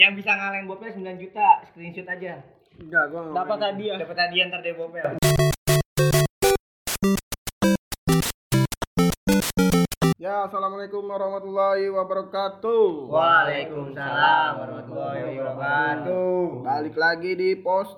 Yang bisa ngalahin Bopel 9 juta, screenshot aja. Enggak, gua enggak. Dapat hadiah. Dapat hadiah ntar dari Bopel. Ya, assalamualaikum warahmatullahi wabarakatuh. Waalaikumsalam warahmatullahi wabarakatuh. Balik lagi di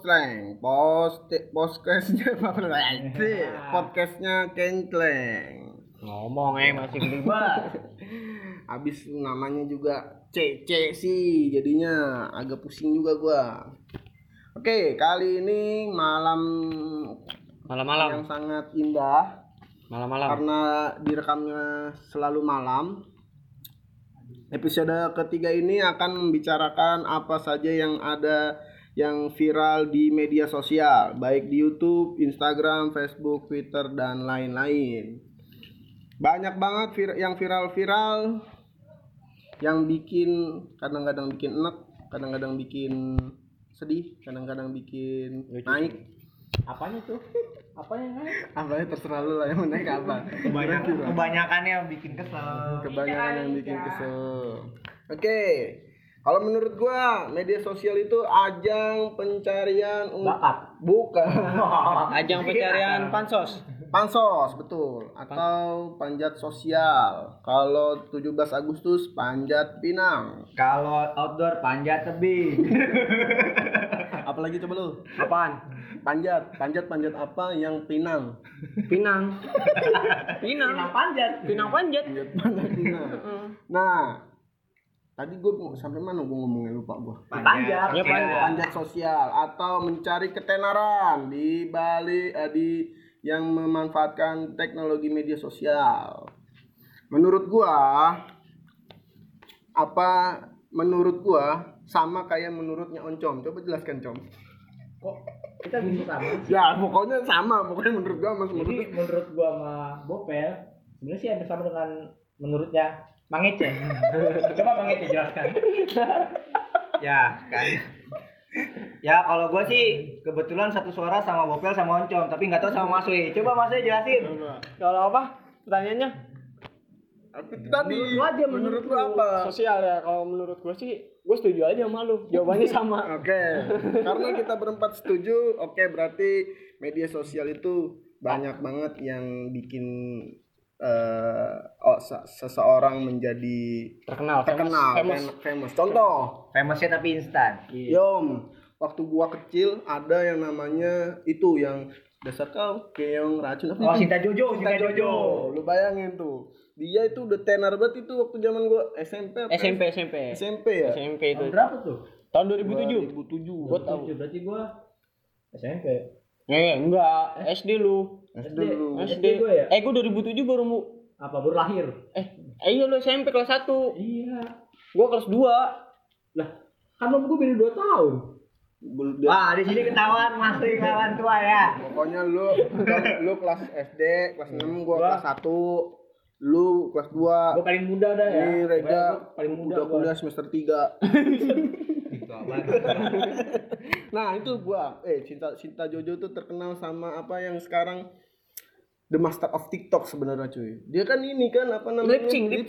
podcastnya Kengkleng. Ngomong masih gede banget. Abis namanya juga CC sih, jadinya agak pusing juga gua. Oke, kali ini Malam-malam. yang sangat indah. Malam-malam. Karena direkamnya selalu malam. Episode ketiga ini akan membicarakan apa saja yang ada yang viral di media sosial, baik di YouTube, Instagram, Facebook, Twitter, dan lain-lain. Banyak banget yang viral-viral, yang kadang-kadang bikin enek, kadang-kadang bikin sedih, kadang-kadang bikin naik. Apanya tuh? Apanya naik? Apanya terserah lu lah, yang naik apa. Kebanyakan yang bikin kesel. Kebanyakan yang bikin kesel. Oke. Kalau menurut gua media sosial itu ajang pencarian Bakat. Bukan. Ajang pencarian pansos. Pansos, betul. Atau panjat sosial. Kalau 17 Agustus panjat pinang. Kalau outdoor panjat tebing. Apalagi coba lu? Apaan? Panjat apa yang pinang? Pinang. Pinang panjat. Pinang panjat. Panjat pinang. Nah, tadi gue sampai mana gue ngomongnya, lupa gue. Panjat. Ya, Panjat sosial atau mencari ketenaran di balik yang memanfaatkan teknologi media sosial. Menurut gua sama kayak menurutnya Oncom. Coba jelaskan, Com. Kok kita bisa sama? Ya, pokoknya menurut gua sama Jadi menurut gua sama Bopel sebenarnya sih ada sama dengan menurutnya Mang Ece. Coba Mang Ece jelaskan. Ya kan. Ya kalau gua sih kebetulan satu suara sama Bopel sama Oncom, tapi nggak tahu sama Mas Wei. Coba Mas Wei jelasin. Kalau apa? Pertanyaannya? Tadi menurut lu apa? Sosial ya. Kalau menurut gua sih, gua setuju aja sama lu. Jawabannya sama. Oke. Karena kita berempat setuju, oke, berarti media sosial itu banyak banget yang bikin seseorang menjadi terkenal, famous. Contoh, Famousnya tapi instan. Yom, waktu gua kecil ada yang namanya itu yang dasar kau keong racun apa? Oh, Sinta Jojo. Lu bayangin tuh. Dia itu udah tenar banget itu waktu zaman gua SMP ya? SMP itu. Tahun berapa tuh? Tahun 2007. Gua tahu. Berarti gua SMP. Enggak, SD lu. SD. Gua ya? Gua 2007 baru Baru lahir. Iya lu SMP kelas 1. Iya. Gua kelas 2. Lah, kan gua beda 2 tahun. Wah, di sini ketahuan masih kawan tua ya. Pokoknya lu kelas SD, kelas 6, gua kelas 1. Lu kelas 2. Gua paling muda dah ya. Ini Rega paling muda udah kuliah semester 3. Nah, itu gua Sinta Jojo tuh terkenal sama apa yang sekarang The Master of TikTok sebenarnya, cuy. Dia kan ini kan apa namanya? Lip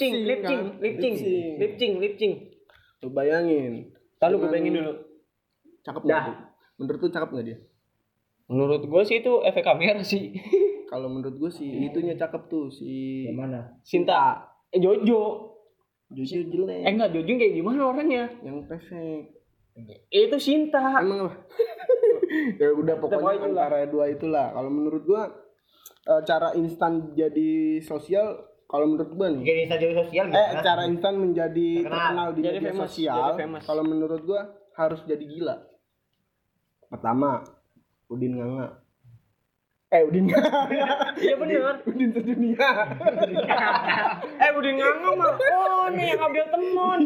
sync. Lu bayangin. Lalu gue bayangin dulu. Cakep enggak? Menurut lu cakep enggak dia? Menurut gue sih itu efek kamera sih. Kalau menurut gue sih itunya cakep tuh si Yang mana? Sinta. Jojo. Jojo jelek. Enggak, Jojo kayak gimana orangnya? Yang perfect. Itu Sinta. Emang apa? Ya udah pokoknya antara dua itulah. Kalau menurut gua cara instan jadi sosial, kalau menurut gua nih. Jadi Insta jadi sosial gitu. Cara instan menjadi terkenal di jadi media famous, sosial. Kalau menurut gua harus jadi gila. Pertama, Udin Nganga. Udin Nganga. Iya benar. Udin sedunia. Udin Nganga mah. Oh, nih yang ambil temen.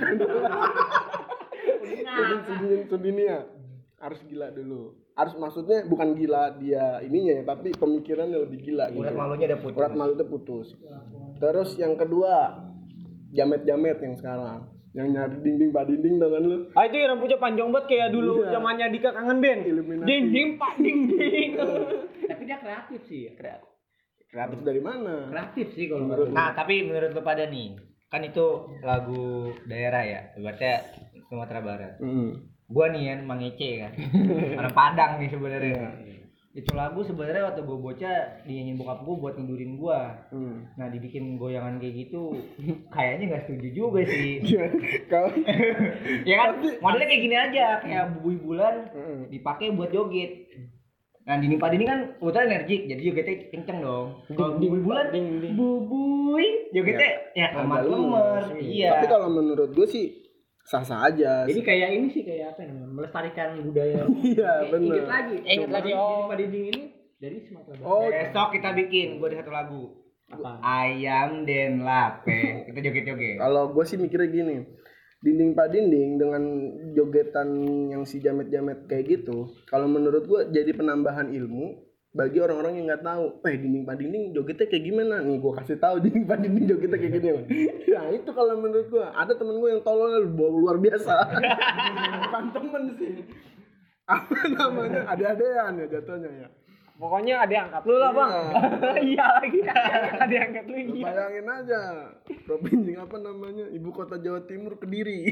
Udin sedunia. Harus gila dulu. Harus maksudnya bukan gila dia ininya ya, tapi pemikirannya lebih gila gitu. Urat malunya udah putus. Urat malu udah putus. Terus yang kedua, jamet-jamet yang sekarang. Yang nyari dinding dinding dengan lu. Itu yang rambutnya panjang banget kayak dulu zamannya Dika Kangen Band. Dinding pak dinding. Tapi dia kreatif sih. Kreatif dari mana? Kreatif sih kalau menurut. Nah, tapi menurut lu pada nih, kan itu lagu daerah ya. Berarti Sumatera Barat. Hmm. Gua nih kan Mang Ece kan. Orang Padang nih sebenarnya. Itu lagu sebenarnya waktu gue bocah dinyanyiin bokap gue buat tidurin gue. Nah dibikin goyangan kayak gitu kayaknya nggak setuju juga sih. Kalau Ya kan modelnya kayak gini aja kayak bubui bulan dipakai buat joget. Nah Dini Padini kan kebetulan energik jadi jogetnya kenceng dong. Kalau bubui bulan bubui jogetnya ya lemer. Iya. Tapi kalau menurut gue sih sah-sah aja. Jadi kayak ini sih kayak apa namanya? Melestarikan budaya. Iya, benar. Ingat lagi. Ingat lagi Pak Diding ini dari Sumatera Barat. Oh, Besok kita bikin gue ada satu lagu. Apa? Ayam den lape. Kita joget-joget. kalau gue sih mikirnya gini, dinding pak dinding dengan jogetan yang si jamet-jamet kayak gitu, kalau menurut gue jadi penambahan ilmu bagi orang-orang yang nggak tahu, dinding pak dinding jogetnya kayak gimana nih, gue kasih tahu dinding pak dinding jogetnya kayak gini. Ya itu kalau menurut gue, ada temen gue yang tolol luar biasa. Bukan temen sih, apa namanya, ada-adaan ya jatuhnya ya. Pokoknya ada yang angkat lu lah bang. Iya lagi. Ada yang angkat lu. Lu bayangin aja, provinsi apa namanya, ibu kota Jawa Timur Kediri.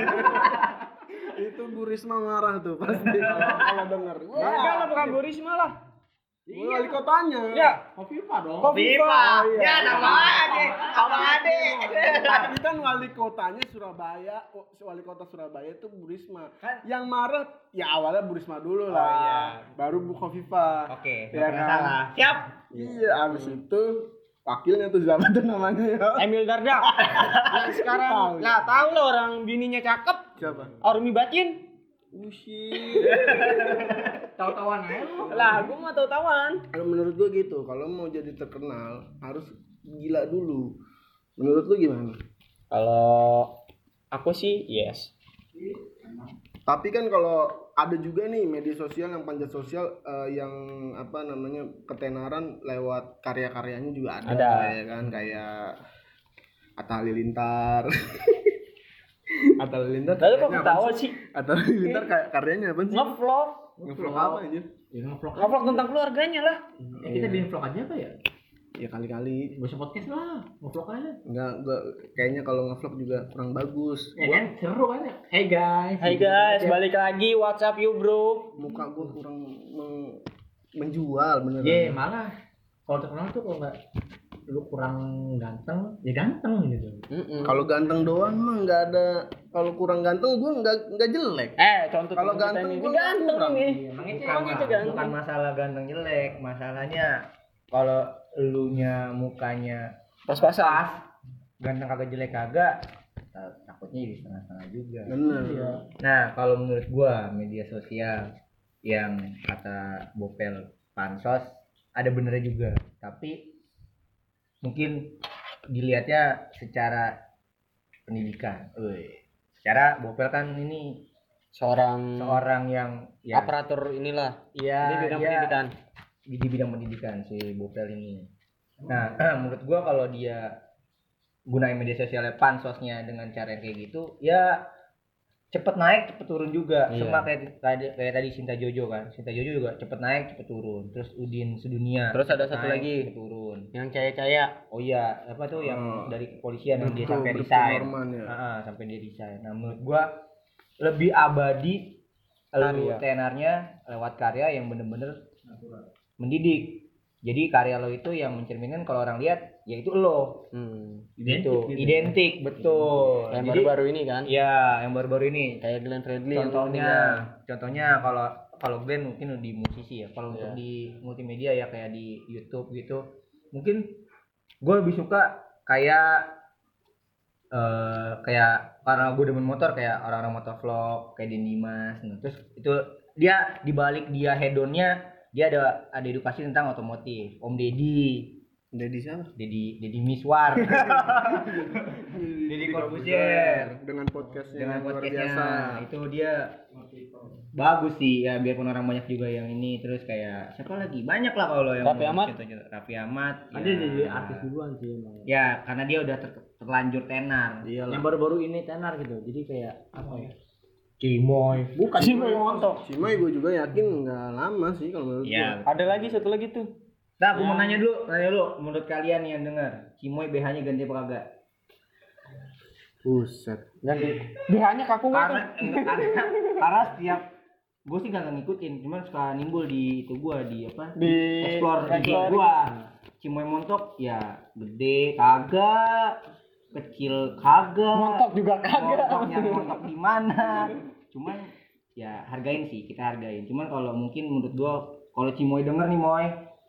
Itu Bu Risma marah tuh pasti kalau dengar. Enggak lah bukan Bu Risma lah. Wali kotanya. Ya. Kofifa dong. Kofifa. Ya sama aja. Sama ade. Tapi kan wali kotanya Surabaya, wali kota Surabaya itu Bu Risma. Kan yang marah ya awalnya Bu Risma dulu lah. Oh, iya. Baru Bu Kofifa. Oke, Ya nggak kan? salah. Siap. Iya, abis itu wakilnya tuh siapa tuh namanya ya? Emil Dardak. Yang sekarang lah tahu lah orang bininya cakep. Siapa? Arumi Batin. Usyik. Tahu-tahuan aja lu. Lah, gua mah tahu-tahuan. Kalau menurut gua gitu, kalau mau jadi terkenal harus gila dulu. Menurut lu gimana? Kalau aku sih yes. Tapi kan kalau ada juga nih media sosial yang panjat sosial yang apa namanya ketenaran lewat karya-karyanya juga ada. Ya kan kayak Atta Halilintar. Atta Halilintar. Lalu kok karyanya apa ketawa sih? Atta Halilintar karyanya apa sih? Ngevlog. Ngevlog apa aja? Ya ngevlog. Ngevlog tentang keluarganya lah. Ya kita bikin vlog aja apa ya? Ya kali-kali. Gak usah podcast lah, ngevlog aja. Enggak kayaknya kalau ngevlog juga kurang bagus. Ya kan seru kan ya. Hey guys. Hai guys, balik lagi WhatsApp you bro. Muka gua kurang menjual beneran. Ye malah kalau terkenal tuh kalau nggak lu kurang ganteng, ya ganteng gitu. Kalau ganteng doang mah nggak ada. Kalau kurang ganteng gua nggak jelek. Contoh Kalau temen kita ganteng ini. gua Ganteng kurang. nih. Bukan masalah ganteng jelek, masalahnya kalau elunya mukanya Pas-pasan. ganteng kagak jelek kagak, takutnya jadi setengah-setengah juga. Bener. Nah, kalau menurut gua media sosial yang kata Bopel pansos ada benernya juga, tapi mungkin dilihatnya secara pendidikan. Secara Bopel kan ini seorang yang ya aparatur inilah iya, di bidang dia pendidikan. di bidang pendidikan si Bopel ini. Nah, menurut gua kalau dia gunain media sosialnya pansosnya dengan cara yang kayak gitu, ya cepet naik cepet turun juga. Sama kayak tadi Sinta Jojo kan. Sinta Jojo juga cepet naik cepet turun. Terus Udin Sedunia. Terus ada cepet satu naik, lagi cepet turun. yang caya-caya. Oh iya, apa tuh yang dari kepolisian yang dia Bribtu, sampai Bribtu resign. Norman, ya. Sampai dia resign. Nah, menurut gua lebih abadi lu tenarnya lewat karya yang bener-bener mendidik. Jadi karya lo itu yang mencerminkan kalau orang lihat ya itu lo. Identik betul. Yang Jadi, baru-baru ini kan. iya, yang baru-baru ini. Kayak Glenn Fredly. Contohnya kalau Glenn mungkin di musisi ya. Kalau untuk di multimedia ya kayak di YouTube gitu. Mungkin gue lebih suka kayak karena gue demen motor kayak orang-orang motor vlog kayak Den Dimas. Nah, terus itu dia dibalik dia hedonnya dia ada edukasi tentang otomotif. Om Deddy siapa? Deddy Miswar. Deddy Corbuzier dengan podcastnya luar podcastnya biasa. itu dia bagus sih ya, biarpun orang banyak juga yang ini. Terus kayak siapa lagi, banyak lah kalau yang Raffi Ahmad Ada jadi artis duluan sih emang. ya karena dia udah terlanjur tenar. Yang baru-baru ini tenar gitu, jadi kayak apa ya, Cimoy, bukan Cimoy Monto. Cimoy gue juga yakin nggak lama sih kalau menurut gue. Ada lagi satu lagi tuh. Nah, aku mau nanya dulu, menurut kalian yang dengar, Cimoy BH-nya ganti apa kagak? Buset. Dan BH-nya kaku nggak tuh? Karena setiap gue sih gak ngikutin, cuman suka nimbul di itu gue di apa? Di explore di gue. Cimoy montok ya gede kagak, kecil kagak. Montok juga kagak. Montoknya montok di mana? Cuman ya hargain sih, kita hargain. Cuman kalau mungkin menurut gue kalau Cimoy denger nih Moy,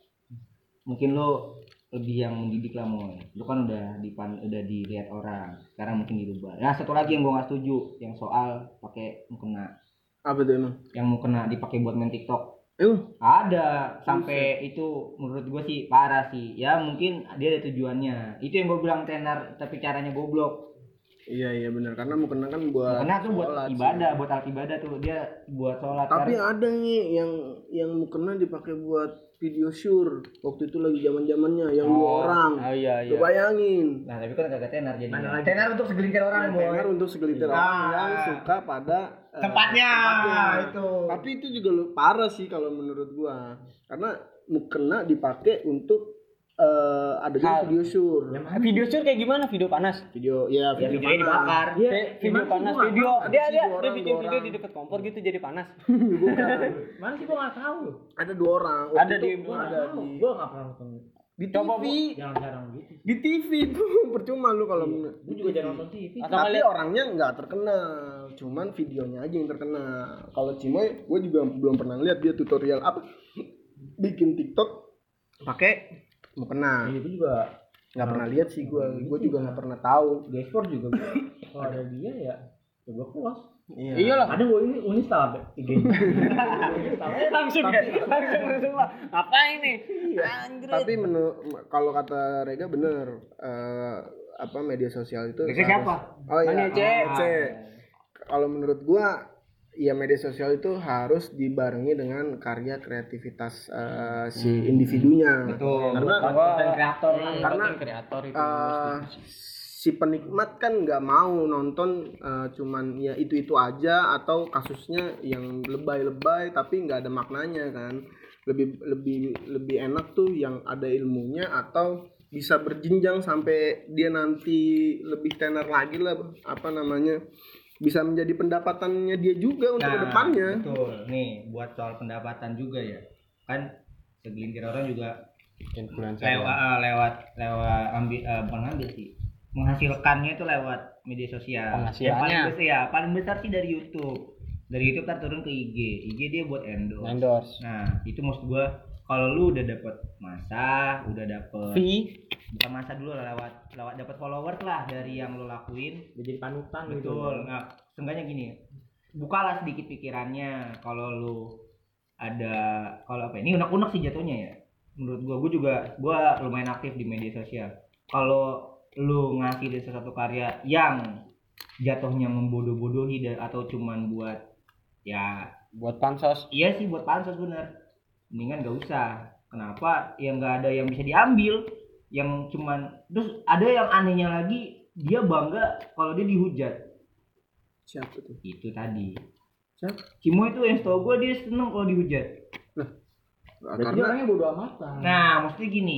mungkin lo lebih yang mendidik lah Moy. Lu kan udah dilihat orang. Sekarang mungkin dirubah. Ya satu lagi yang gue nggak setuju, yang soal pakai mukena. Apa tuh emang? Yang mukena dipakai buat main TikTok. Ada. Sampai itu menurut gue sih parah sih. Ya mungkin dia ada tujuannya. Itu yang gue bilang tenar, tapi caranya goblok. Iya benar, karena mukena kan buat Mukena tuh buat sholat ibadah, sih. buat alat ibadah tuh dia buat sholat. Tapi kan. ada nih yang mukena dipakai buat video syur. Waktu itu lagi zaman-zamannya yang 2 orang. Oh iya. Lu bayangin. Nah tapi kan kagak tenar jadi. Mana lagi? Tenar untuk segelintir orang Yang Boy. tenar untuk segelintir orang yang suka pada Tempatnya. Itu. Tapi itu juga parah sih kalau menurut gua. Karena mukena dipakai untuk adegan video syur. Video shoot kayak gimana? Video panas. Video Videonya panas. dibakar. Video panas. Video. Ada Dia sih dia dua dia orang, bikin dua video orang. di dekat kompor gitu jadi panas. Bukan. Mana sih gua enggak tahu loh. Ada 2 orang. Ada Waktu di itu gua ada di Gua enggak pernah nonton. di Coba, TV. Jarang-jarang gitu. Di TV tuh percuma lu kalau Gua juga jarang nonton TV. tapi orangnya nggak terkenal, cuman videonya aja yang terkenal. Kalau Cimoy, gue juga belum pernah lihat dia tutorial apa bikin TikTok pakai mukena. Itu juga Nggak pernah lihat sih gue juga nggak pernah tahu. di ekspor juga. Kalau ada dia ya coba puas. Iya. Iyalah. Ada gua ini uninstall IG-nya. langsung lah. Apa ini? Anjir. Tapi kalau kata Rega bener, apa media sosial itu Rega siapa? Oh iya, Mang Ece. Kalau menurut gua ya media sosial itu harus dibarengi dengan karya kreativitas si individunya. Betul. Karena Konten kreator. Karena kreator itu si penikmat kan nggak mau nonton cuman ya itu aja atau kasusnya yang lebay-lebay tapi nggak ada maknanya kan. Lebih enak tuh yang ada ilmunya atau bisa berjenjang sampai dia nanti lebih tenar lagi lah, apa namanya, bisa menjadi pendapatannya dia juga untuk kedepannya. Betul. Nih buat soal pendapatan juga ya kan, segelintir orang juga lewat bukan ambil sih, menghasilkannya itu lewat media sosial. Penghasilannya. Paling besar sih dari YouTube. Dari YouTube kan turun ke IG dia buat endorse. Nah itu maksud gua, kalau lu udah dapet masa, udah dapet bukan masa dulu lah, lewat dapet followers lah dari yang lu lakuin, jadi panutan. betul. Nah seenggaknya gini, bukalah sedikit pikirannya. Kalau lu ada, kalau apa ini unek-unek sih jatuhnya ya. Menurut gua lumayan aktif di media sosial. Kalau lu ngasih sesuatu karya yang jatuhnya membodoh-bodohi atau cuman buat buat pansos. Iya sih buat pansos bener. Mendingan gak usah. Kenapa? Ya nggak ada yang bisa diambil. Yang cuman, terus ada yang anehnya lagi, dia bangga kalau dia dihujat. Siapa tuh? Itu tadi. Siapa? Cimo itu yang setahu gue dia seneng kalau dihujat. Berarti dia orangnya bodo amatan. Nah maksudnya gini,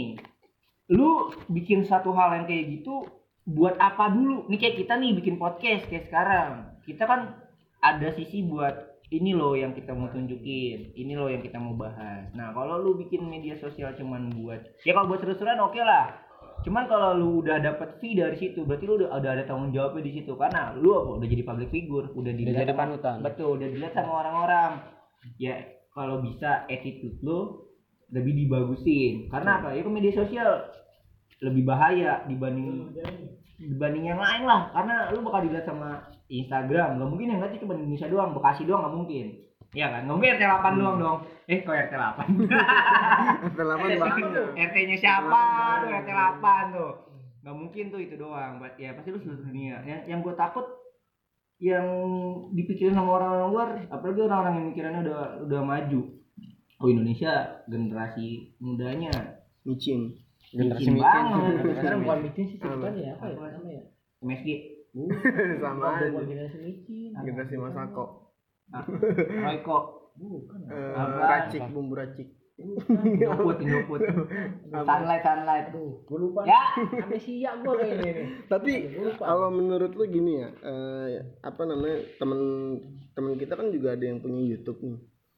lu bikin satu hal yang kayak gitu buat apa dulu? Nih kayak kita nih bikin podcast kayak sekarang. Kita kan ada sisi buat ini loh yang kita mau tunjukin, ini loh yang kita mau bahas. Nah kalau lu bikin media sosial cuman buat, ya kalau buat seru-seruan oke lah. Cuman kalau lu udah dapet fee dari situ, berarti lu udah ada tanggung jawabnya di situ. Karena lu udah jadi public figure, udah dilihat jadi panutan. Betul, udah dilihat sama orang-orang. Ya kalau bisa attitude lu lebih dibagusin. Karena apa? Ya ke media sosial lebih bahaya dibanding yang lain lah. Karena lu bakal dilihat sama Instagram. Gak mungkin yang lihat cuma Indonesia doang, Bekasi doang gak mungkin. Iya kan? Gak mungkin RT 8 doang dong. Kok RT 8? RT 8 banget. RT-nya siapa? Tuh RT 8 tuh. Gak mungkin tuh itu doang. Ya pasti lu seluruh dunia. Yang gue takut yang dipikirin sama orang-orang luar, apalagi orang-orang yang mikirannya udah maju. Oh Indonesia generasi mudanya micin banget. Sekarang bukan micin sih sebenarnya apa ya namanya? MSG. sama aja. Generasi micin. Generasi Masako. Royko. Bukan. Racik, bumbu racik. Nyoput. Sunlight. Gue lupa. Ya. Sampai siap gue kayak ini nih. Tapi kalau menurut lu gini ya, apa namanya, temen kita kan juga ada yang punya YouTube nih.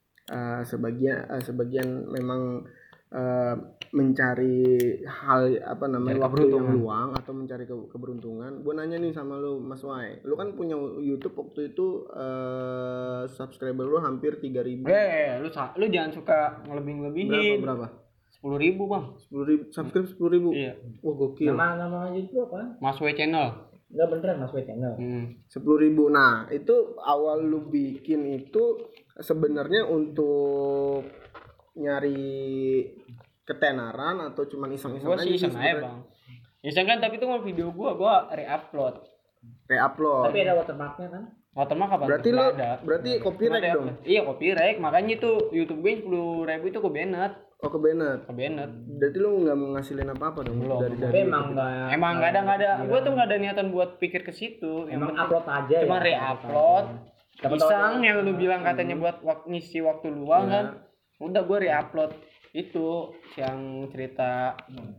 Sebagian memang mencari hal apa namanya waktu yang luang atau mencari keberuntungan. Gue nanya nih sama lu Mas Wai, lu kan punya YouTube waktu itu, subscriber lu hampir 3.000. Lu jangan suka ngelebihin. Berapa? 10.000 bang. 10.000 subscribe 10.000. Iya. Wah gokil. Nama itu apa? Mas W channel. Enggak beneran Mas W channel. 10.000. Nah itu awal lu bikin itu sebenarnya untuk nyari ketenaran atau cuman iseng-iseng Gua aja sih iseng aja bang. Iseng kan, tapi itu mau video gua re-upload. Re-upload. Tapi ada watermarknya kan? Watermark apa? Berarti copyright dong. Iya copyright, makanya itu YouTube gue 10.000 itu gue banned. Oh ke Bennett. Berarti lu nggak menghasilin apa-apa dong Belum. Tapi emang nggak ada. Gue tuh nggak ada niatan buat pikir ke situ. Emang upload aja. Cuma re-upload. Iseng yang lu bilang katanya buat ngisi waktu luang kan. Udah gue re-upload itu yang cerita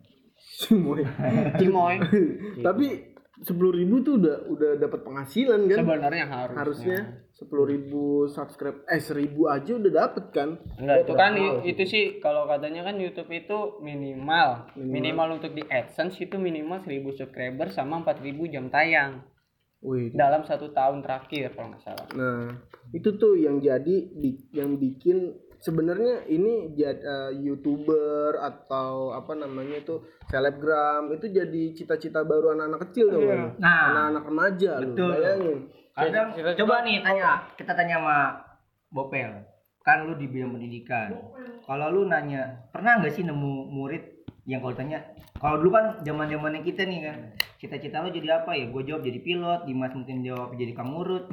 Cimoy. Tapi 10.000 tuh udah dapat penghasilan kan? Sebenarnya harusnya 10.000 subscribe 1.000 aja udah dapet kan? Enggak, itu kan itu sih kalau katanya kan YouTube itu minimal untuk di AdSense itu minimal 1.000 subscriber sama 4.000 jam tayang. Wih. Dalam 1 tahun terakhir kalau nggak salah. Nah itu tuh yang yang bikin sebenarnya ini YouTuber atau apa namanya tuh selebgram itu jadi cita-cita baru anak-anak kecil dong. Nah, anak-anak remaja. betul. Lu bayangin. Kadang coba nih kita tanya sama Bopel. Kan lu di bidang pendidikan. Kalau lu nanya, pernah enggak sih nemu murid yang kalau tanya, kalau dulu kan zaman-zamannya kita nih kan, cita-cita lu jadi apa ya? Gue jawab jadi pilot, Dimas mungkin jawab jadi Kang Urut.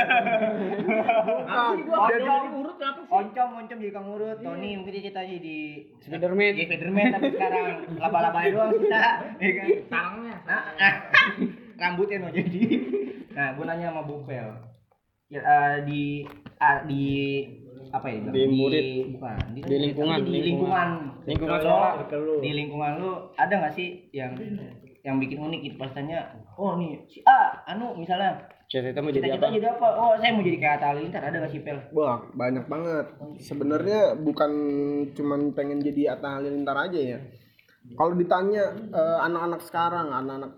Oncom jadi Kang Urut, Tony mungkin cita-citanya jadi Spiderman tapi sekarang laba-laba doang kita, ya kan? Tangannya. Rambutnya mau jadi. Nah, gue nanya sama Bopel. Ya, di apa ya? Di murid, bukan. Di lingkungan sekolah. Di lingkungan lu ada nggak sih yang bikin unik gitu pas tanya, oh nih si A misalnya Cita-cita jadi apa? Oh saya mau jadi kayak Atta Halilintar, ada nggak sih Pel? Wah banyak banget. Sebenarnya bukan cuman pengen jadi Atta Halilintar aja ya. Kalau ditanya anak-anak sekarang, anak-anak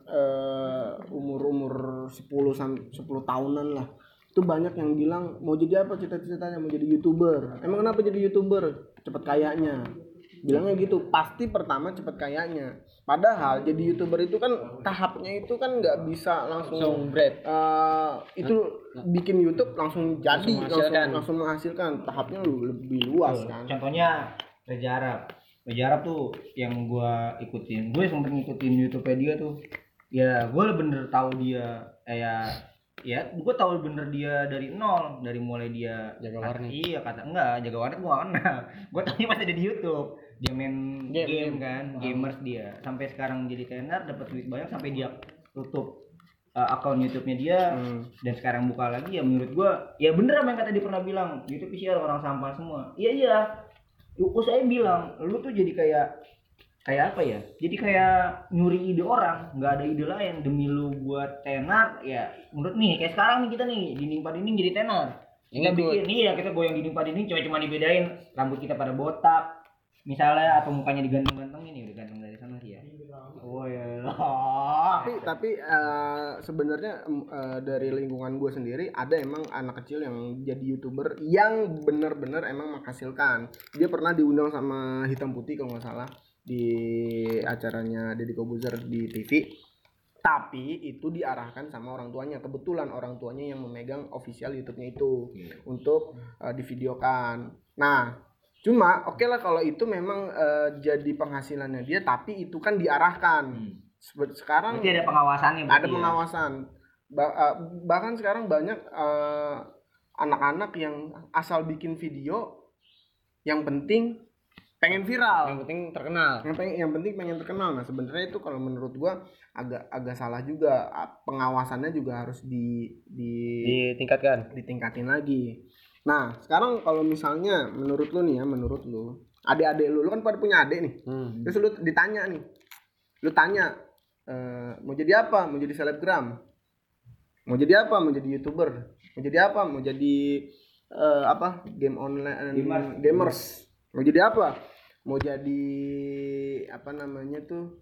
umur 10 tahunan lah, itu banyak yang bilang mau jadi apa cita-citanya, mau jadi YouTuber. Emang kenapa jadi YouTuber? Cepet kayaknya. Bilangnya gitu, pasti pertama cepet kayaknya. Padahal jadi YouTuber itu kan tahapnya itu kan nggak bisa langsung itu bikin YouTube langsung jadi langsung menghasilkan. Tahapnya lebih luas kan. Contohnya Reza Arab tuh yang gua ikutin. Gue sempet ngikutin YouTube dia tuh. Ya, gue bener tahu dia gue tahu bener dia dari nol, dari mulai dia jaga warnet. Iya, jaga warnet gua enggak kenal. Gue tahu dia masih ada di YouTube. Dia main game kan, gamers dia. Sampai sekarang jadi tenar, dapat duit banyak sampai dia tutup akun YouTube-nya dia dan sekarang buka lagi. Ya menurut gua ya bener apa yang kata dia pernah bilang, YouTube isinya orang sampah semua. Iya. Saya bilang, lu tuh jadi kayak apa ya? Jadi kayak nyuri ide orang, nggak ada ide lain demi lu buat tenar. Ya menurut nih kayak sekarang nih kita nih dinding padinding jadi tenar. Kita bikin kita goyang dinding padinding cuma dibedain rambut kita pada botak misalnya atau mukanya diganteng-gantengin, ya udah ganteng dari sana sih ya. Oh ya. Tapi sebenarnya dari lingkungan gue sendiri ada emang anak kecil yang jadi YouTuber yang benar-benar emang menghasilkan. Dia pernah diundang sama Hitam Putih kalau nggak salah di acaranya Deddy Kobuzer di TV. Tapi itu diarahkan sama orang tuanya. Kebetulan orang tuanya yang memegang official YouTube-nya itu untuk divideokan. Nah, cuma oke lah kalau itu memang jadi penghasilannya dia, tapi itu kan diarahkan. Sekarang berarti ada pengawasannya. Ada pengawasan. Bahkan sekarang banyak anak-anak yang asal bikin video, yang penting pengen viral, yang penting terkenal. Yang penting pengen terkenal. Nah sebenarnya itu kalau menurut gua agak salah juga. Pengawasannya juga harus ditingkatin lagi. Nah, sekarang kalau misalnya menurut lu, adik-adik lu kan pada punya adik nih. Terus lu ditanya nih. Lu tanya mau jadi apa? Mau jadi selebgram? Mau jadi apa? Mau jadi YouTuber? Mau jadi apa? Mau jadi game online gamers. Mau jadi apa? Mau jadi apa namanya tuh?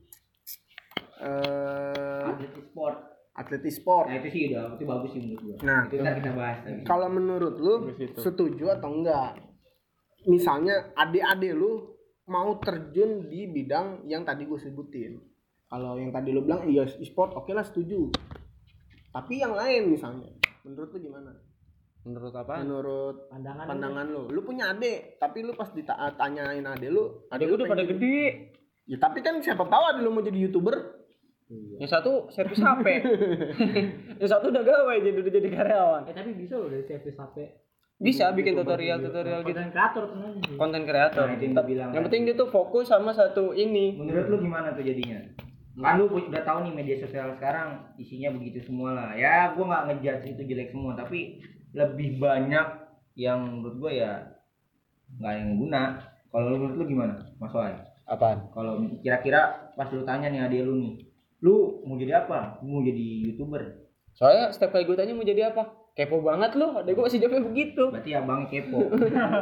Atlet e-sport. Nah itu sih itu bagus sih menurut gua. Nah, itu ntar kita bahas lagi. kalau menurut lu setuju atau enggak? Misalnya adik-adik lu mau terjun di bidang yang tadi gue sebutin. Kalau yang tadi lu bilang iya e-sport, oke lah setuju. Tapi yang lain misalnya, menurut lu gimana? Menurut apa? Menurut pandangan lu. Lu punya adik, tapi lu pas ditanyain adik lu, Adik gue udah pada gede. Ya tapi kan siapa tahu adik lu mau jadi YouTuber. Yang satu servis HP. Yang satu udah gawe udah jadi karyawan. Tapi bisa loh dari servis HP. Bisa bikin tutorial gitu. Konten kreator tenang. Konten kreator. Nah, itu yang dibilang yang tadi. penting dia tuh fokus sama satu ini. Menurut lu gimana tuh jadinya? Kan lu udah tahu nih media sosial sekarang isinya begitu semua lah. Ya gua nggak ngejudge itu jelek semua, tapi lebih banyak yang menurut gua ya nggak yang guna. Kalau menurut lu gimana, Mas Wai? Apaan? Kalau kira-kira pas lu tanya nih adik lu nih, lu mau jadi apa? Gua mau jadi YouTuber. Soalnya setiap kali gue tanya mau jadi apa, kepo banget lu. Adek gue masih jawabnya begitu. Berarti abangnya kepo.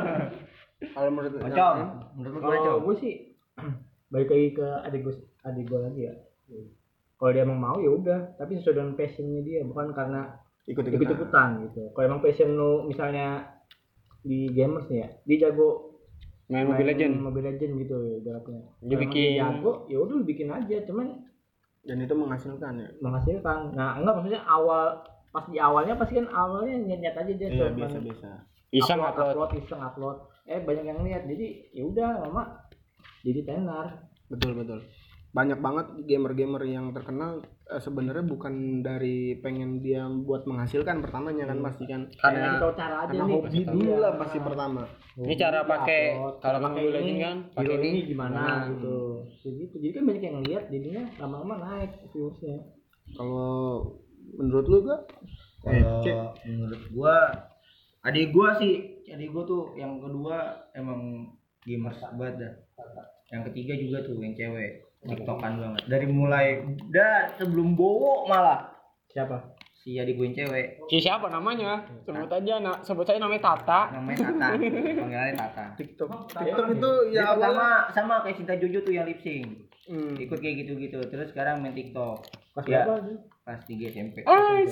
Kalau menurut lu Menurut lu Kalau gue sih balik lagi ke adik gue lagi ya. Kalau dia emang mau ya udah, tapi sesuai dengan passionnya dia, bukan karena ikut-ikutan gitu. Kalau emang passion lu misalnya di gamers nih ya, dia jago Main Mobile Legend gitu ya ibaratnya. Dia Kalau emang bikin- jago, ya udah lu bikin aja, cuman dan itu menghasilkan ya. menghasilkan. Nah, enggak maksudnya pas di awalnya pasti kan awalnya niat aja dia Iya, cuman biasa-biasa. Iseng iseng upload. Banyak yang lihat. Jadi ya udah lama jadi tenar. Betul. Banyak banget gamer-gamer yang terkenal sebenarnya bukan dari pengen dia buat menghasilkan pertamanya kan pasti kan Karena tahu cara aja karena nih. hobi dulu lah pasti pertama. ini cara pakai kalau main Mobile Legend kan pakai Hero ini ini gimana gitu. Kayak gitu. Jadi kan banyak yang lihat jadinya lama-lama naik viewersnya. Kalau menurut lu gak? Kalau menurut gua adik gua tuh yang kedua emang gamers banget dah. Yang ketiga juga tuh yang cewek, tiktokan banget. Dari mulai sebelum bowo malah Siapa? si adik gua yang cewek. siapa namanya? Sebut saja namanya Tata. Namanya Tata. Panggilannya Tata. TikTok itu Dia ya awalnya sama kayak Cinta Jojo tuh yang lip sync. Ikut kayak gitu-gitu. Terus sekarang main TikTok. Pas Ya, berapa dia? pas 3 SMP.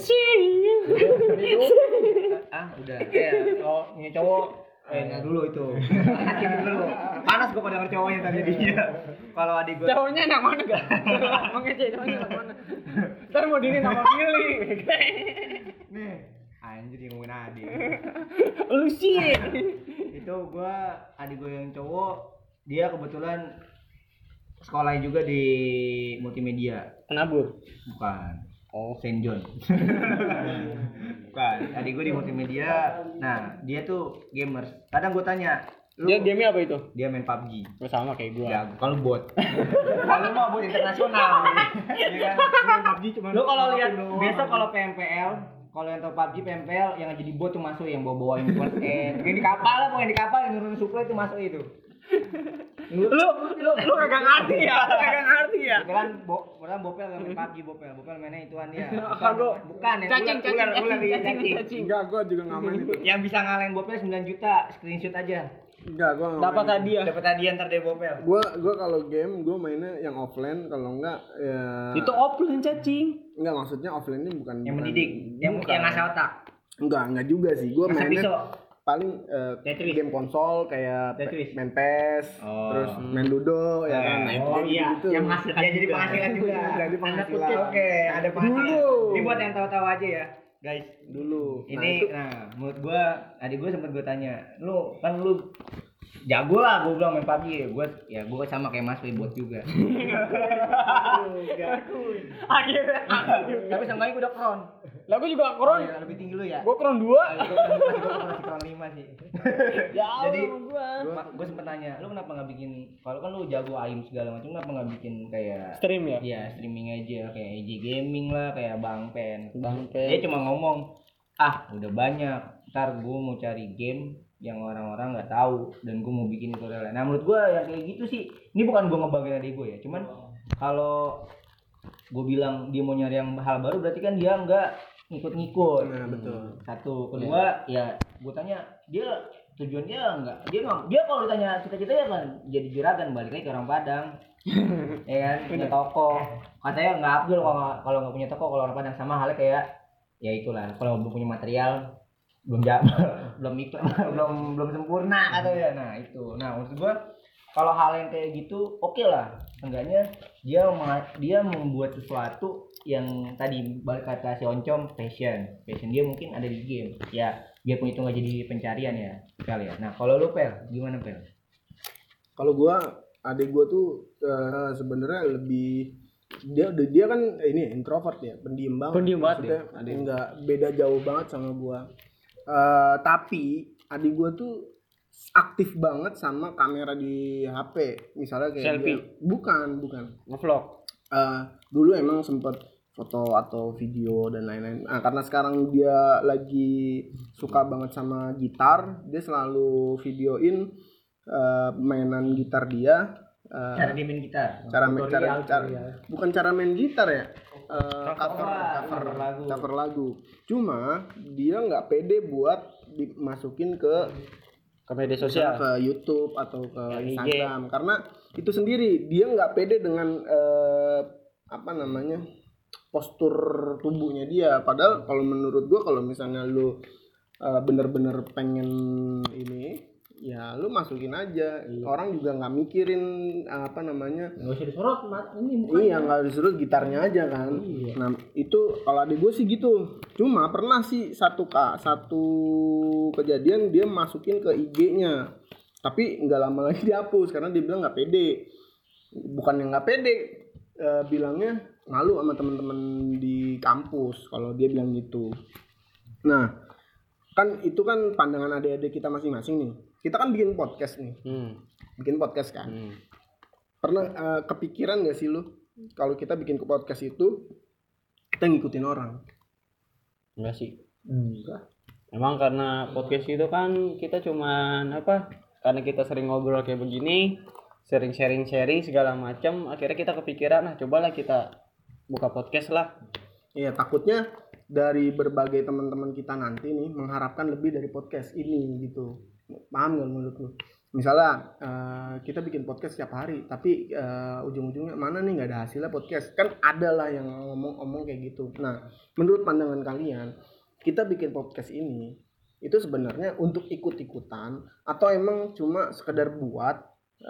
Udah. Punya cowok. Nah dulu itu. Dulu. Panas gua pada denger cowoknya tadi dia. Kalau adik gua Cowoknya anak mana gak? Mengecek cowoknya anak mana? Ntar mau diri nama pilih. nih, anjir yang ngomongin adik. Lu sih. Itu adik gua yang cowok, dia kebetulan sekolahnya juga di multimedia. Penabur. Bukan. Saint John. Bukan. Adik gue di multimedia. Nah, dia tuh gamers. Kadang gue tanya, Dia gamenya apa itu? dia main PUBG. Sama kayak gua. Ya, kalau bot. Kalau mah bot internasional. Ya kan? Main PUBG cuma Lu kalau lihat besok kalau PMPL, kalau yang tahu PUBG PMPL yang jadi bot tuh masuk yang bawa-bawain first aid. Yang di kapal lah, pokoknya di kapal yang nurun supply itu masuk itu. Lu kagak ngerti ya? Beneran Bopel nggak main PUBG Bopel mainnya ituan dia. Kagak. Bukan yang Cacing. cacing. enggak, gua juga enggak main itu. Yang bisa ngalahin Bopel 9 juta, screenshot aja. Enggak, gua enggak. Dapat hadiah. Dapat hadiah ntar dari Bopel. Gua kalau game gua mainnya yang offline, kalau enggak ya Itu offline cacing. enggak, maksudnya offline ini bukan Yang mendidik, yang ngasih otak. enggak juga sih. Gua Masa mainnya pisau. paling Tetris. game konsol kayak Tetris. main PES, Oh. terus main Ludo ya kan. Nah, itu kayak gitu. Yang menghasilkan Ya jadi penghasilan juga. Jadi penghasilan. Oke, ada penghasilan. Dulu. Ini buat yang tahu-tahu aja ya, guys. Dulu. Ini menurut gua, adik gua sempet gua tanya, lu jago lah, gua bilang main PUBG. Gua sama kayak Mas bot juga. Akhirnya. Tapi seenggaknya gua udah kron. Lah gua juga Oh, kron. ya, lebih tinggi lu ya. Gua kron 2. Gua masih kron 5 sih. Ya Jadi gua. gua sempet tanya, lu kenapa nggak bikin? Kalau kan lu jago aim segala macam, kenapa nggak bikin kayak Stream ya? Iya, streaming aja kayak EJ Gaming lah, kayak Bang Pen. Bang Dia cuma ngomong, udah banyak. ntar gue mau cari game yang orang-orang nggak tahu dan gue mau bikin tutorial. Nah menurut gue yang kayak gitu sih, ini bukan gue ngebanggain adik gue ya, cuman kalau gue bilang dia mau nyari yang hal baru berarti kan dia nggak ngikut-ngikut. Nah, betul. Satu, kedua ya gue tanya dia tujuannya nggak, dia kalau ditanya cita-citanya kan jadi juragan, balik lagi ke orang Padang. Ya kan, punya toko katanya nggak Abdul kalau nggak punya toko, kalau orang Padang sama halnya kayak ya itulah, kalau belum punya material belum belum sempurna katanya. Nah itu, nah maksud gue kalau hal yang kayak gitu oke lah, enggaknya dia membuat sesuatu yang tadi balik kata si Oncom, passion dia mungkin ada di game ya, biarpun itu nggak jadi pencarian ya kali ya. Nah kalau lu Pel gimana Pel? Kalau gua, adik gua tuh sebenarnya lebih dia kan ini introvert ya, pendiam banget. Maksudnya nggak beda jauh banget sama gua. Tapi adik gua tuh aktif banget sama kamera di HP. Misalnya kayak selfie. Bukan. Ngevlog. Dulu emang sempet foto atau video dan lain-lain. Nah, karena sekarang dia lagi suka banget sama gitar, dia selalu videoin mainan gitar dia. Cara dia main gitar. Bukan cara main gitar ya. Cover Cover lagu. Cuma dia nggak pede buat dimasukin ke media sosial, ke YouTube atau ke IG. Instagram, karena itu sendiri dia nggak pede dengan postur tubuhnya dia. Padahal kalau menurut gua, kalau misalnya lu bener-bener pengen ini ya lu masukin aja. Orang juga nggak mikirin nggak usah disorot ini mukanya. Iya, nggak disuruh gitarnya aja kan. Nah itu kalau adik gue sih gitu. Cuma pernah sih satu kejadian dia masukin ke IG-nya, tapi nggak lama lagi dihapus karena dia bilang nggak pede. Bukan yang nggak pede, bilangnya malu sama teman-teman di kampus kalau dia bilang gitu. Nah kan itu kan pandangan adik-adik kita masing-masing nih. Kita kan bikin podcast nih, bikin podcast kan. Pernah kepikiran gak sih lu kalau kita bikin podcast itu kita ngikutin orang? Enggak sih. Enggak. Emang karena podcast itu kan kita cuman karena kita sering ngobrol kayak begini, sering sharing segala macam, akhirnya kita kepikiran cobalah kita buka podcast lah. Iya, takutnya dari berbagai teman-teman kita nanti nih mengharapkan lebih dari podcast ini gitu. Paham gak menurut lu? Misalnya kita bikin podcast setiap hari, tapi ujung-ujungnya mana nih nggak ada hasilnya podcast. Kan ada lah yang ngomong kayak gitu. Nah, menurut pandangan kalian, kita bikin podcast ini itu sebenarnya untuk ikut-ikutan atau emang cuma sekedar buat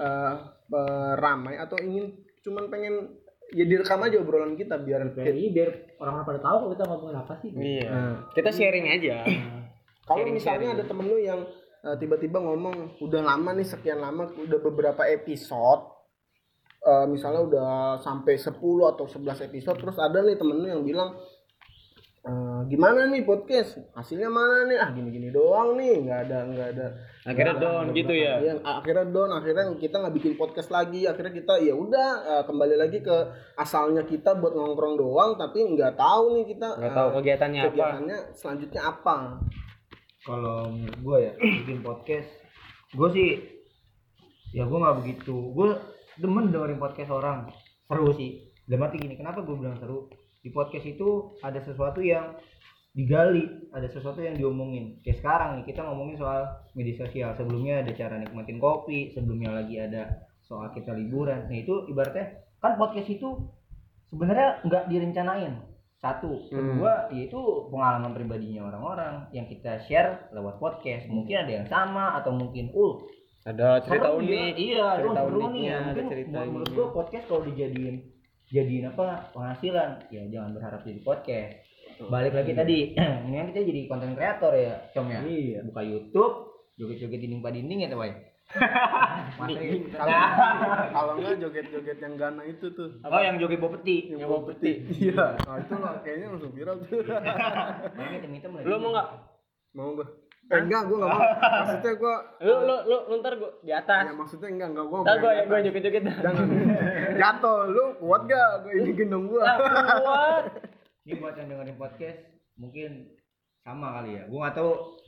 ramai, atau ingin cuman pengen ya direkam aja obrolan kita biar orang pada tahu kalau kita ngomongin apa sih. Iya. Kita sharing aja. Kalau misalnya ada temen lu yang tiba-tiba ngomong udah lama nih, sekian lama, udah beberapa episode, misalnya udah sampai 10 atau 11 episode, terus ada nih temen lu yang bilang gimana nih podcast, hasilnya mana nih, gini-gini doang nih, nggak ada Akhirnya down gitu ya. Iya, akhirnya kita nggak bikin podcast lagi. Akhirnya kita ya udah kembali lagi ke asalnya kita buat nongkrong doang, tapi nggak tahu nih kita nggak tahu kegiatannya selanjutnya apa. Kalau menurut gue ya bikin podcast, gue sih ya gue nggak begitu, gue demen dengerin podcast orang, seru sih. Dalam arti gini, kenapa gue bilang seru? Di podcast itu ada sesuatu yang digali, ada sesuatu yang diomongin. Kayak sekarang nih kita ngomongin soal media sosial, sebelumnya ada cara nikmatin kopi, sebelumnya lagi ada soal kita liburan. Nah itu ibaratnya kan podcast itu sebenarnya nggak direncanain. Satu, kedua yaitu pengalaman pribadinya orang-orang yang kita share lewat podcast. Mungkin ada yang sama atau mungkin ada cerita unik. Iya, cerita uniknya. ada Mungkin cerita menurut gua podcast kalau dijadiin penghasilan, ya jangan berharap jadi podcast. Balik lagi tadi, ini kan kita jadi konten kreator ya, Com ya. Iya. Buka YouTube, joget-joget dinding padinding ya, Boy. Kalau enggak joget-joget yang Gana itu tuh. Oh, yang joget bopeti. Yang bawa peti. Iya. Nah, itu lah kayaknya langsung viral tuh. Mainnya hitam-hitam lagi. Lu mau enggak? Mau gua? Enggak, gua enggak mau. Maksudnya gua lu ntar gua di atas. ya maksudnya enggak gua. Ntar gua joget-joget. Jangan. Jatuh, lu kuat gak? Gua ini gendong gua. Kuat. Ini buat yang dengerin podcast mungkin sama kali ya. Gua enggak tahu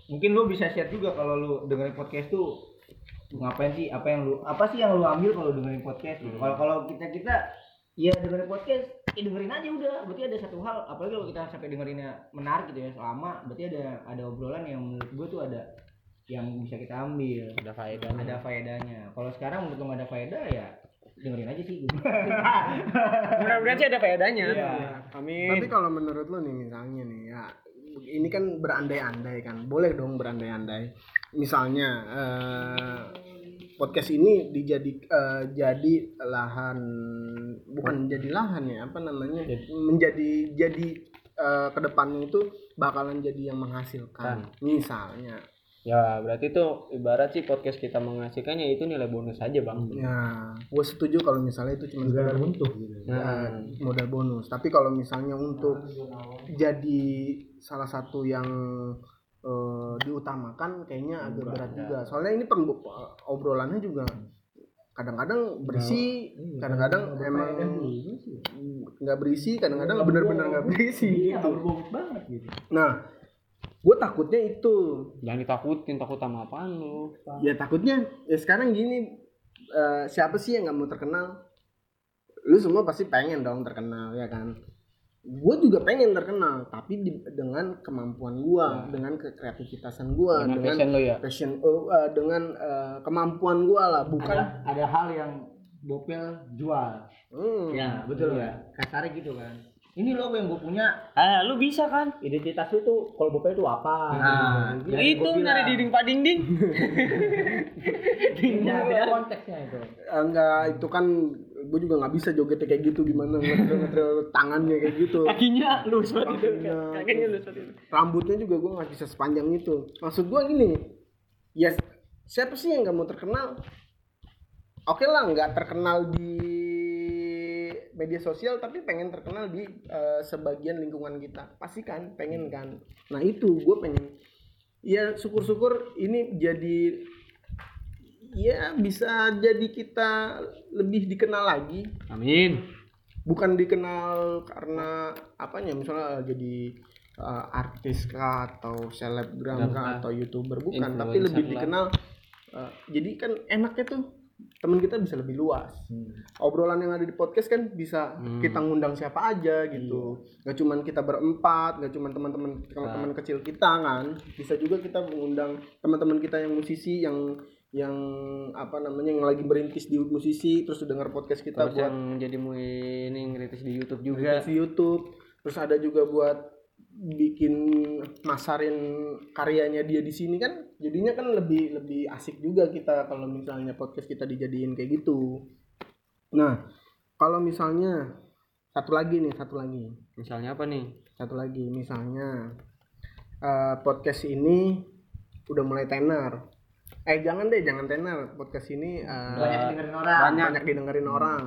mungkin lu bisa share juga kalau lu dengerin podcast tuh ngapain sih, apa sih yang lu ambil kalau dengerin podcast gitu. Kalau kita ya dengerin podcast ya dengerin aja udah, berarti ada satu hal, apalagi kalau kita sampai dengerinnya menarik gitu ya selama, berarti ada obrolan yang menurut gue tuh ada yang bisa kita ambil, ada faedahnya. Kalau sekarang menurut lu nggak ada faedah ya dengerin aja sih. Mudah-mudahan sih ada faedahnya. Iya. Amin. Tapi kalau menurut lo nih misalnya nih ya, ini kan berandai-andai kan, boleh dong berandai-andai. Misalnya podcast ini jadi lahan, bukan jadi lahan ya, apa namanya, menjadi kedepannya itu bakalan jadi yang menghasilkan. Misalnya. Ya berarti itu ibarat sih podcast kita menghasilkannya itu nilai bonus aja bang. Ya, gue setuju kalau misalnya itu cuma sekedar Untuk gitu. modal bonus. Tapi kalau misalnya untuk jadi salah satu yang diutamakan, kayaknya agak berat juga. Soalnya ini obrolannya juga kadang-kadang berisi, kadang-kadang emang nggak berisi, kadang-kadang benar-benar nggak berisi gitu. Berbobot banget gitu. Nah, gue takutnya itu. Jangan ditakutin, takut sama apaan lu? Ya takutnya ya sekarang gini, siapa sih yang nggak mau terkenal? Lu semua pasti pengen dong terkenal ya kan? Gue juga pengen terkenal, tapi dengan kemampuan gue, dengan kreativitasan gue, dengan passion lo ya. dengan kemampuan gue lah, bukan ada hal yang Bopel jual. Ya betul ya, kasarnya gitu kan. Ini loh yang gue punya. Lu bisa kan? Identitas lu tuh kalau Bopel itu apa? Nah, gitu. Ya itu nari dinding pak dinding. Ya, beda konteksnya itu. enggak, itu kan gue juga nggak bisa jogetnya kayak gitu, gimana ngetril tangannya kayak gitu. Kakinya lurus banget itu. Kakinya- Kakinya lurus banget itu. Rambutnya juga gue nggak bisa sepanjang itu. Maksud gue gini, ya siapa sih yang nggak mau terkenal? Oke lah, nggak terkenal di media sosial, tapi pengen terkenal di sebagian lingkungan kita, pasti kan pengen kan. Nah itu gue pengen, ya syukur-syukur ini jadi, ya bisa jadi kita lebih dikenal lagi. Amin. Bukan dikenal karena apanya, misalnya jadi artis kah atau selebgram kah atau youtuber, bukan, tapi Influencer lebih lah. dikenal. Jadi kan enaknya tuh teman kita bisa lebih luas. Obrolan yang ada di podcast kan bisa kita ngundang siapa aja gitu. Gak cuman kita berempat, gak cuman teman-teman kecil kita kan. Bisa juga kita mengundang teman-teman kita yang musisi, yang apa namanya, yang lagi merintis di musisi, terus dengar podcast kita Terus buat yang jadi ini ngeritis di YouTube juga. ngeritis di YouTube. Terus ada juga buat bikin masarin karyanya dia di sini kan, jadinya kan lebih asik juga kita kalau misalnya podcast kita dijadiin kayak gitu. Nah, kalau misalnya satu lagi. Misalnya apa nih? Satu lagi misalnya podcast ini udah mulai tenar. Jangan tenar. Podcast ini Banyak didengerin orang. banyak didengerin orang.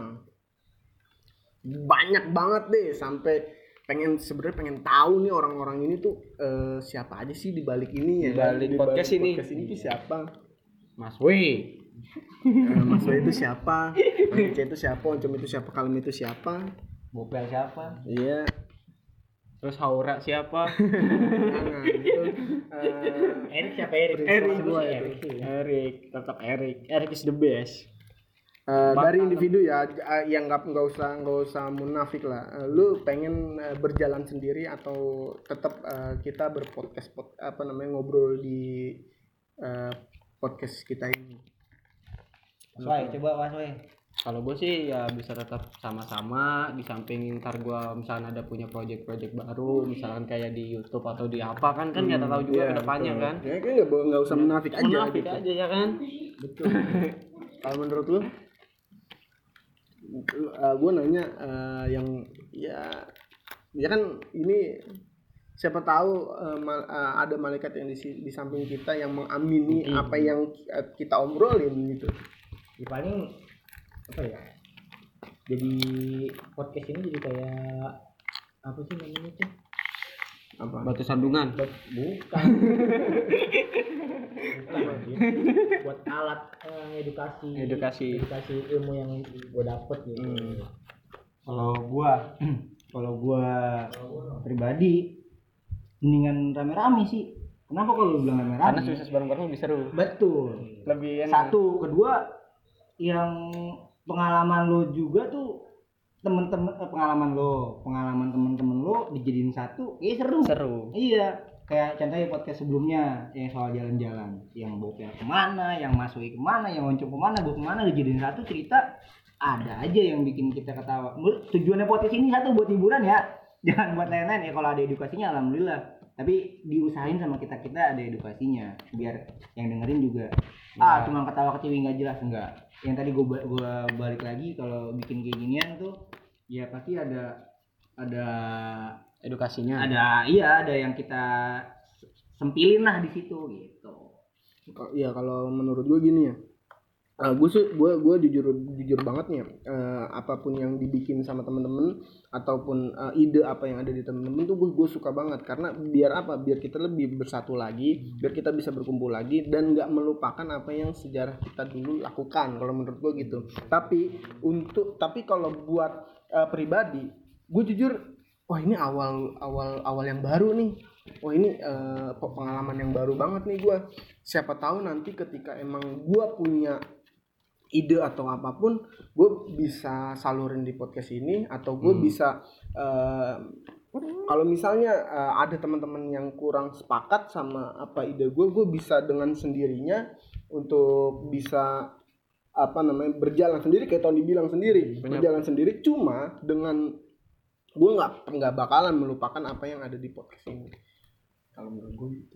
Banyak banget deh, sampai sebenarnya pengen tahu nih orang-orang ini tuh siapa aja sih di balik ini ya. Di balik podcast ini. Podcast ini tuh siapa? Mas Wei. Mas Wei itu siapa? Mas itu siapa? Oncom itu siapa? Kalem itu siapa? Bopel siapa? Iya. Terus Haura siapa? Jangan itu. Erik siapa Erik? Semua itu. Erik, tetap Erik. Erik is the best. Dari individu ya, yang nggak usah munafik lah. Lu pengen berjalan sendiri atau tetap kita berpodcast ngobrol di podcast kita ini? Waswai, coba Waswai. Kalau gue sih ya bisa tetap sama-sama, di samping ntar gue misalnya ada punya project-project baru, misalkan kayak di YouTube atau di apa kan nggak tahu juga ke depannya kan. Ya kan nggak usah munafik aja. Munafik gitu. aja ya kan. Betul. Kalau menurut lu? Gue nanya yang ya kan ini siapa tahu ada malaikat yang di samping kita yang mengamini apa yang kita obrolin gitu. Ya, paling apa ya? Jadi podcast ini jadi kayak apa sih namanya tuh? Apa? Batu sandungan. Bukan. Buat alat edukasi ilmu yang gue dapet gitu. Kalau gua pribadi mendingan rame-rame sih. Kenapa kalau lu bilang rame-rame? Karena sukses bareng-bareng lebih seru. Betul. Lebih enak. Satu, kedua yang pengalaman lo juga tuh pengalaman temen-temen lo dijadiin satu, seru. Seru. Iya, kayak contohnya podcast sebelumnya yang soal jalan-jalan, yang Bopel kemana, yang Mas Wei kemana, yang Oncom kemana, gue kemana, dijadiin satu cerita, ada aja yang bikin kita ketawa. Tujuannya podcast ini satu buat hiburan ya, jangan buat lain-lain ya. Kalau ada edukasinya alhamdulillah, tapi diusahain sama kita ada edukasinya, biar yang dengerin juga cuma ketawa ketiwi nggak jelas, enggak. Yang tadi gue balik lagi, kalau bikin kayak ginian tuh ya pasti ada Edukasinya. Ada yang kita sempilin lah di situ gitu. Ya kalau menurut gue gini ya, gue jujur banget nih ya, apapun yang dibikin sama temen-temen ataupun ide apa yang ada di temen-temen tuh gue suka banget, karena biar kita lebih bersatu lagi, biar kita bisa berkumpul lagi dan nggak melupakan apa yang sejarah kita dulu lakukan, kalau menurut gue gitu. Tapi kalau buat pribadi, gue jujur, wah ini awal yang baru nih. Wah ini pengalaman yang baru banget nih gue. Siapa tahu nanti ketika emang gue punya ide atau apapun, gue bisa salurin di podcast ini, atau gue bisa kalau misalnya ada teman-teman yang kurang sepakat sama apa ide gue bisa dengan sendirinya untuk bisa berjalan sendiri, kayak Tony bilang sendiri. Berjalan sendiri, cuma dengan gue nggak bakalan melupakan apa yang ada di podcast ini. Kalau menurut gue itu,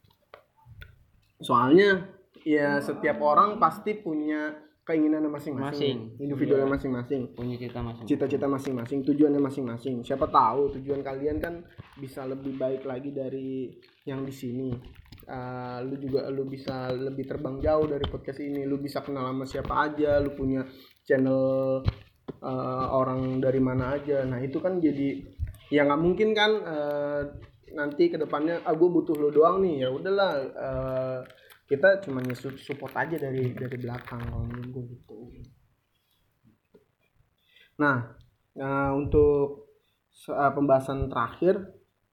soalnya ya setiap orang pasti punya keinginannya masing-masing, individualnya masing-masing, punya cita-cita masing-masing, tujuannya masing-masing. Siapa tahu tujuan kalian kan bisa lebih baik lagi dari yang di sini. Lu bisa lebih terbang jauh dari podcast ini. Lu bisa kenal sama siapa aja. Lu punya channel orang dari mana aja. Nah itu kan jadi ya nggak mungkin kan nanti kedepannya gue butuh lu doang nih, ya udahlah. Kita cuma support aja dari belakang, kalau menurut gue gitu. Nah, untuk pembahasan terakhir,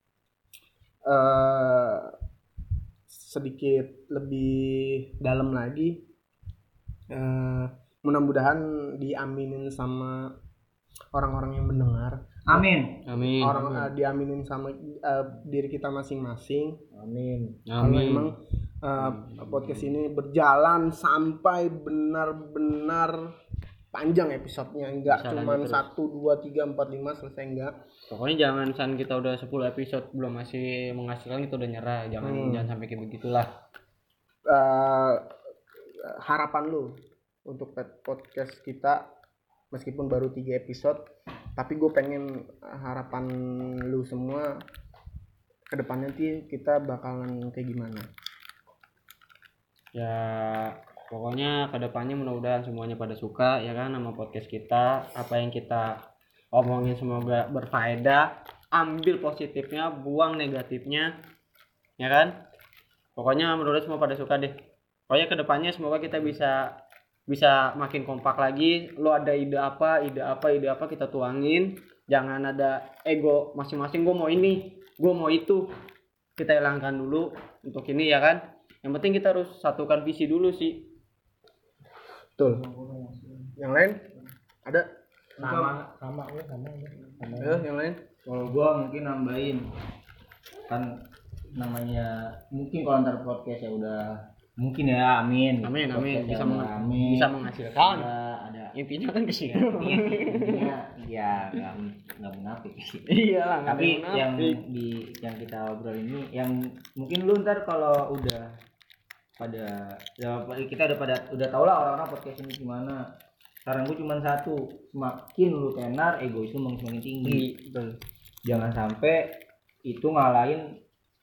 sedikit lebih dalam lagi, mudah-mudahan diaminin sama orang-orang yang mendengar. Amin. Orang diaminin sama diri kita masing-masing. Amin. Kalau emang podcast ini berjalan sampai benar-benar panjang episodenya, enggak cuma 1, 2, 3, 4, 5 selesai, enggak. Pokoknya jangan kita udah 10 episode belum masih menghasilkan kita udah nyerah. Jangan sampai kayak begitulah. Harapan lu untuk podcast kita meskipun baru 3 episode, tapi gue pengen harapan lu semua kedepannya nanti kita bakalan kayak gimana. Ya pokoknya kedepannya mudah-mudahan semuanya pada suka ya kan sama podcast kita. Apa yang kita omongin semoga berfaedah, ambil positifnya, buang negatifnya, ya kan. Pokoknya mudah-mudahan semua pada suka deh. Pokoknya kedepannya semoga kita bisa makin kompak lagi. Lo ada ide apa kita tuangin. Jangan ada ego masing-masing, gue mau ini, gue mau itu. Kita hilangkan dulu untuk ini ya kan. Yang penting kita harus satukan visi dulu sih. Betul. Yang lain ada? Sama. Yang lain? Kalau gua mungkin nambahin, kan namanya mungkin kalau antar podcast ya udah mungkin ya, amin Bisa menghasilkan. Ada Intinya kan kesini. intinya ya nggak munafik sih. Iya. Tapi yang kita obrol ini, yang mungkin lu ntar kalau udah kita udah tau lah orang-orang podcast ini gimana. Saran gue cuma satu, semakin lu tenar, egois lu semakin tinggi. Betul. Jangan sampai itu ngalahin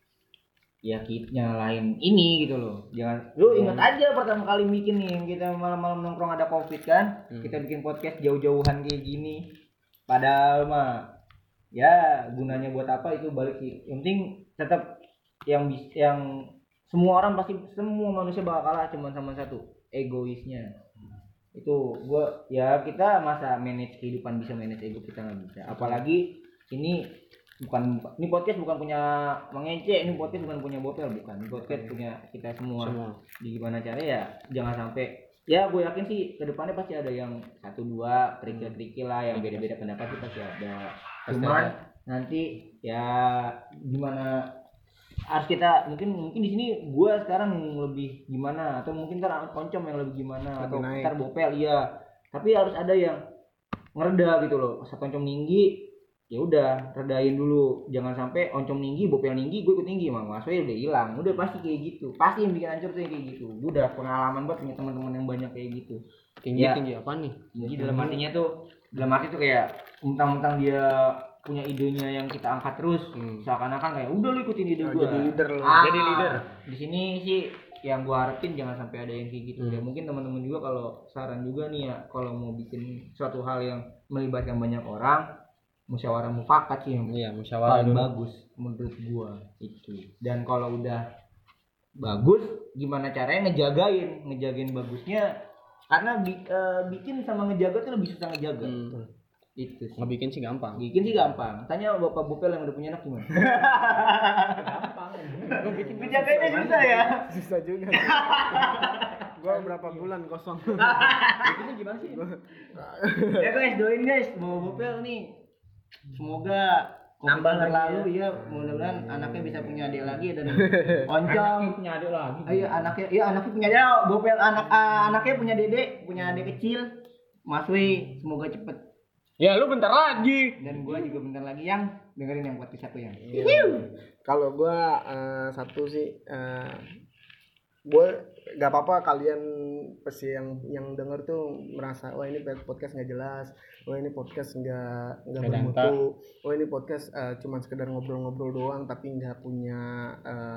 ini gitu loh. Jangan, lu ingat aja pertama kali bikin nih, kita malam-malam nongkrong ada covid kan, kita bikin podcast jauh-jauhan kayak gini. Padahal mah ya gunanya buat apa itu balik sih. Yang penting tetap yang semua manusia bakal kalah cuma sama satu, egoisnya. Itu kita masa manage kehidupan bisa manage ego kita nggak bisa. Apalagi ini ini podcast bukan punya Mang Ece, ini podcast bukan punya Bopel, bukan. Ini podcast punya kita semua. Di gimana caranya ya jangan sampai, ya gue yakin sih kedepannya pasti ada yang 1-2 kerikil-kerikil lah, yang beda-beda pendapat itu pasti ada. Cuman nanti ya gimana harus kita mungkin di sini gue sekarang lebih gimana, atau mungkin ntar Koncom yang lebih gimana, atau ntar Bopel iya, tapi harus ada yang ngereda gitu loh. Pas Koncom tinggi ya udah redain dulu, jangan sampai Oncom tinggi, Bopel tinggi, gue ikut tinggi, Mas Wei udah hilang, udah pasti kayak gitu, pasti yang bikin hancur tuh yang kayak gitu. Gue udah pengalaman buat punya teman-teman yang banyak kayak gitu. Tinggi apa nih? Tinggi dalam artinya tuh, dalam arti tuh kayak mentang-mentang dia punya idenya yang kita angkat terus, seakan-akan kayak udah lu ikutin ide gue. Jadi leader lo. Jadi leader. Di sini sih yang gue harapin jangan sampai ada yang kayak gitu. Ya mungkin teman-teman juga kalau saran juga nih ya, kalau mau bikin suatu hal yang melibatkan banyak orang, musyawarah mufakat sih yang musyawarah paling bagus menurut gua itu. Dan kalau udah bagus, gimana caranya ngejagain bagusnya, karena bikin sama ngejaga tuh lebih susah ngejaga. Itu sih. Ngebikin sih gampang. Bikin sih gampang. Tanya Bapak Bopel yang udah punya anak gimana? Gampang. Ngejaganya susah ya. Susah juga. Gua berapa bulan kosong. Bikinnya gimana sih? Ya guys, doain guys, Bapak Bopel nih. Semoga nambah lalu ya, mudah-mudahan anaknya bisa punya adik lagi dan Oncom punya adik lagi. Ayo anaknya punya adik, Bopel anaknya punya dedek, punya adik kecil. Mas Wei semoga cepet. Ya lu bentar lagi. Dan gua juga bentar lagi yang dengerin yang podcast satu yang. Kalau gua satu sih gue gak apa-apa kalian pasti yang denger tuh merasa wah ini podcast nggak jelas, wah ini podcast nggak bermutu, wah ini podcast cuma sekedar ngobrol-ngobrol doang tapi nggak punya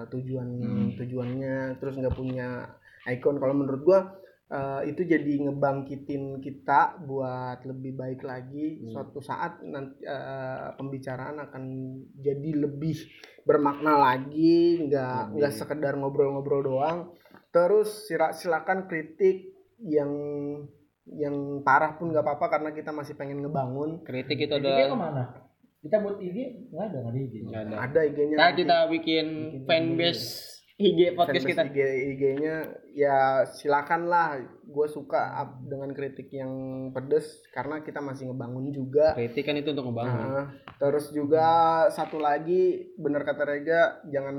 tujuannya, terus nggak punya ikon. Kalau menurut gue itu jadi ngebangkitin kita buat lebih baik lagi. Suatu saat nanti pembicaraan akan jadi lebih bermakna lagi, nggak sekedar ngobrol-ngobrol doang. Terus silakan kritik yang parah pun nggak apa-apa karena kita masih pengen ngebangun. Kritik itu Kritiknya ada kemana? Kita buat IG nggak ada IG. Ada IG-nya. Kita bikin fanbase IG podcast kita. IG-nya ya silakan lah. Gue suka dengan kritik yang pedes karena kita masih ngebangun juga. Kritik kan itu untuk ngebangun. Terus juga satu lagi, benar kata Rega,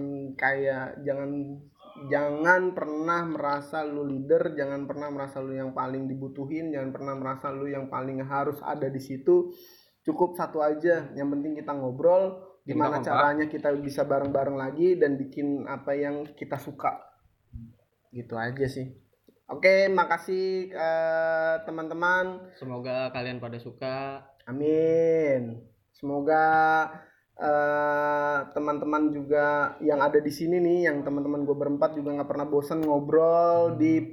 jangan pernah merasa lu leader, jangan pernah merasa lu yang paling dibutuhin, jangan pernah merasa lu yang paling harus ada di situ. Cukup satu aja, yang penting kita ngobrol gimana caranya kita bisa bareng-bareng lagi dan bikin apa yang kita suka. Gitu aja sih. Oke, makasih teman-teman. Semoga kalian pada suka. Amin. Semoga teman-teman juga yang ada di sini nih, yang teman-teman gue berempat juga nggak pernah bosan ngobrol di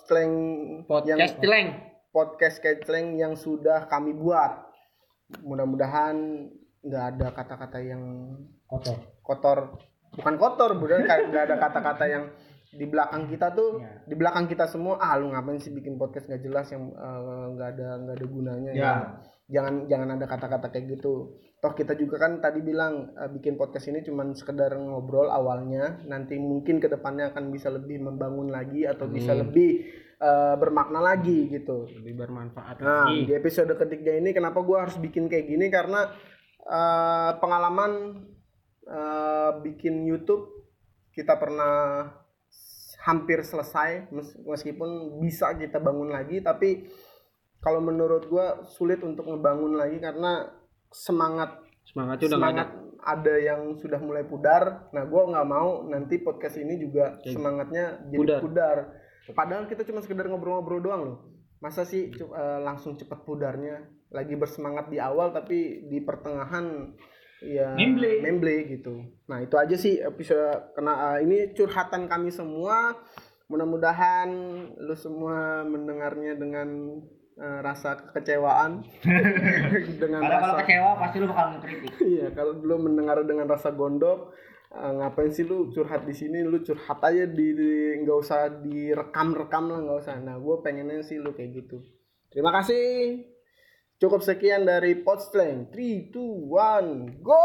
podcast Kecleng yang sudah kami buat. Mudah-mudahan nggak ada kata-kata yang kotor, bukan kotor, bukan nggak ada kata-kata yang di belakang kita tuh, di belakang kita semua. Lu ngapain sih bikin podcast nggak jelas yang nggak ada gunanya ya. Jangan ada kata-kata kayak gitu. Toh kita juga kan tadi bilang bikin podcast ini cuman sekedar ngobrol awalnya, nanti mungkin kedepannya akan bisa lebih membangun lagi atau bisa lebih bermakna lagi gitu, lebih bermanfaat lagi. Di episode ketiga ini kenapa gue harus bikin kayak gini, karena pengalaman bikin YouTube kita pernah hampir selesai, meskipun bisa kita bangun lagi, tapi kalau menurut gue sulit untuk ngebangun lagi karena semangat ada yang sudah mulai pudar. Nah, gue nggak mau nanti podcast ini juga semangatnya jadi pudar. Padahal kita cuma sekedar ngobrol-ngobrol doang loh. Masa sih langsung cepat pudarnya? Lagi bersemangat di awal tapi di pertengahan ya memble gitu. Nah, itu aja sih episode ini curhatan kami semua. Mudah-mudahan lu semua mendengarnya dengan rasa kekecewaan. Karena kalau kecewa pasti lu bakal ngekritik. Iya, kalau lu mendengar dengan rasa gondok, ngapain sih lu curhat di sini? Lu curhat aja di nggak usah direkam lah, nggak usah. Nah, gue pengennya sih lu kayak gitu. Terima kasih. Cukup sekian dari Podstreng. 3, 2, 1, go!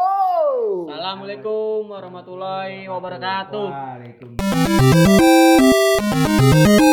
Assalamualaikum warahmatullahi wabarakatuh. Waalaikumsalam.